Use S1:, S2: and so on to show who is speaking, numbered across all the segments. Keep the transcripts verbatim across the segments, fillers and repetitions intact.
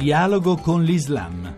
S1: Dialogo con l'Islam.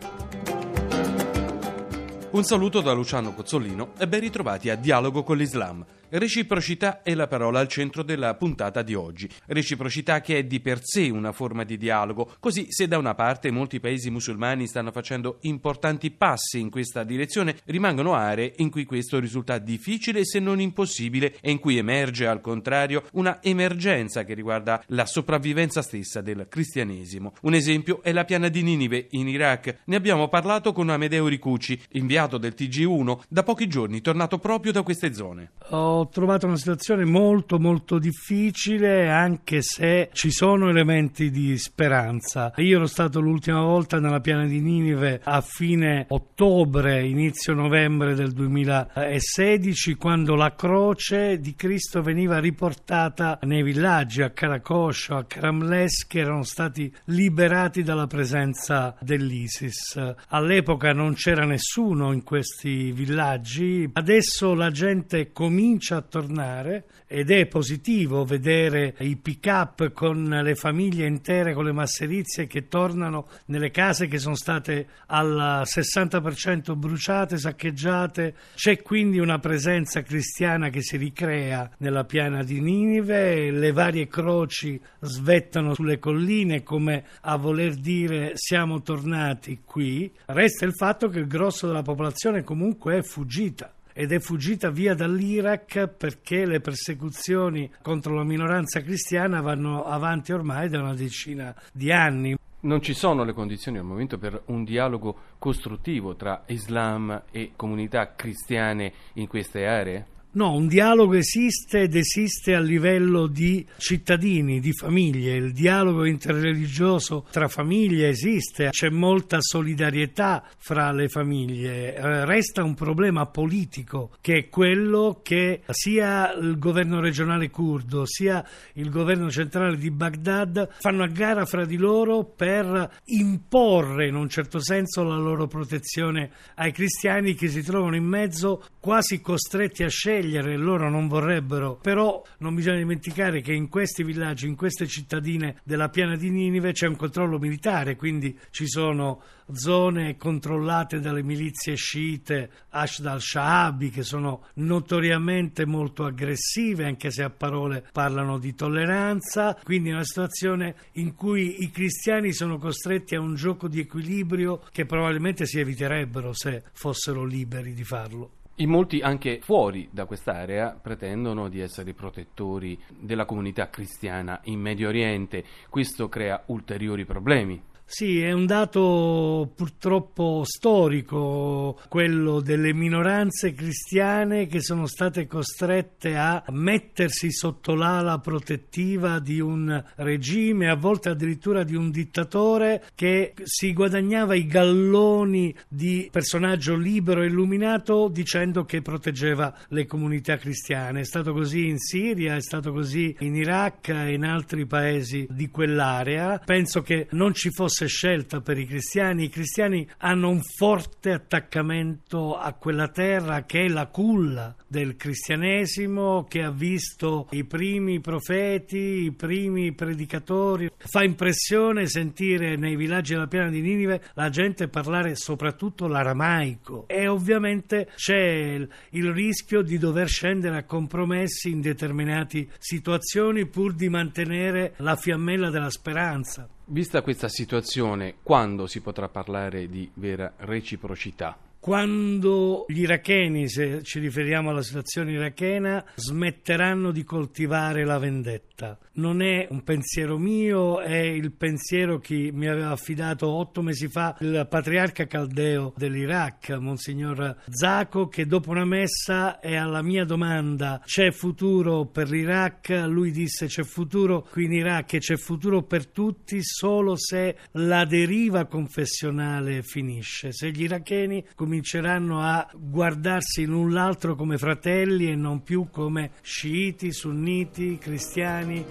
S2: Un saluto da Luciano Cozzolino e ben ritrovati a Dialogo con l'Islam. Reciprocità è la parola al centro della puntata di oggi. Reciprocità che è di per sé una forma di dialogo. Così, se da una parte molti paesi musulmani stanno facendo importanti passi in questa direzione, rimangono aree in cui questo risulta difficile se non impossibile e in cui emerge al contrario una emergenza che riguarda la sopravvivenza stessa del cristianesimo. Un esempio è la piana di Ninive in Iraq. Ne abbiamo parlato con Amedeo Ricucci, inviato del T G uno, da pochi giorni tornato proprio da queste zone.
S3: Ho trovato una situazione molto molto difficile, anche se ci sono elementi di speranza. Io ero stato l'ultima volta nella piana di Ninive a fine ottobre, inizio novembre del duemilasedici, quando la croce di Cristo veniva riportata nei villaggi, a Karakosh, a Karamles, che erano stati liberati dalla presenza dell'ISIS. All'epoca non c'era nessuno in questi villaggi, adesso la gente comincia a tornare ed è positivo vedere i pick-up con le famiglie intere, con le masserizie che tornano nelle case che sono state al sessanta per cento bruciate, saccheggiate. C'è quindi una presenza cristiana che si ricrea nella piana di Ninive, le varie croci svettano sulle colline come a voler dire siamo tornati qui. Resta il fatto che il grosso della popolazione comunque è fuggita. Ed è fuggita via dall'Iraq perché le persecuzioni contro la minoranza cristiana vanno avanti ormai da una decina di anni.
S2: Non ci sono le condizioni al momento per un dialogo costruttivo tra Islam e comunità cristiane in queste aree?
S3: No, un dialogo esiste ed esiste a livello di cittadini, di famiglie. Il dialogo interreligioso tra famiglie esiste, c'è molta solidarietà fra le famiglie. Resta un problema politico, che è quello che sia il governo regionale curdo sia il governo centrale di Baghdad fanno a gara fra di loro per imporre in un certo senso la loro protezione ai cristiani, che si trovano in mezzo quasi costretti a scegliere. Loro non vorrebbero, però non bisogna dimenticare che in questi villaggi, in queste cittadine della piana di Ninive c'è un controllo militare, quindi ci sono zone controllate dalle milizie sciite Ashd al-Shaabi, che sono notoriamente molto aggressive, anche se a parole parlano di tolleranza. Quindi è una situazione in cui i cristiani sono costretti a un gioco di equilibrio che probabilmente si eviterebbero se fossero liberi di farlo.
S2: In molti, anche fuori da quest'area, pretendono di essere protettori della comunità cristiana in Medio Oriente. Questo crea ulteriori problemi.
S3: Sì, è un dato purtroppo storico, quello delle minoranze cristiane che sono state costrette a mettersi sotto l'ala protettiva di un regime, a volte addirittura di un dittatore che si guadagnava i galloni di personaggio libero e illuminato dicendo che proteggeva le comunità cristiane. È stato così in Siria, è stato così in Iraq e in altri paesi di quell'area. Penso che non ci fosse scelta per i cristiani. I cristiani hanno un forte attaccamento a quella terra che è la culla del cristianesimo, che ha visto i primi profeti, i primi predicatori. Fa impressione sentire nei villaggi della piana di Ninive la gente parlare soprattutto l'aramaico, e ovviamente c'è il rischio di dover scendere a compromessi in determinate situazioni pur di mantenere la fiammella della speranza.
S2: Vista questa situazione, quando si potrà parlare di vera reciprocità?
S3: Quando gli iracheni, se ci riferiamo alla situazione irachena, smetteranno di coltivare la vendetta. Non è un pensiero mio, è il pensiero che mi aveva affidato otto mesi fa il patriarca caldeo dell'Iraq, Monsignor Zako, che dopo una messa e alla mia domanda c'è futuro per l'Iraq, lui disse c'è futuro qui in Iraq e c'è futuro per tutti solo se la deriva confessionale finisce, se gli iracheni cominceranno a guardarsi l'un l'altro come fratelli e non più come sciiti, sunniti, cristiani.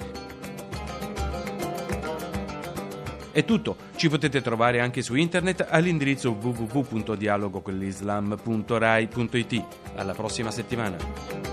S2: È tutto, ci potete trovare anche su internet all'indirizzo w w w punto dialogo con l'islam punto rai punto it. Alla prossima settimana.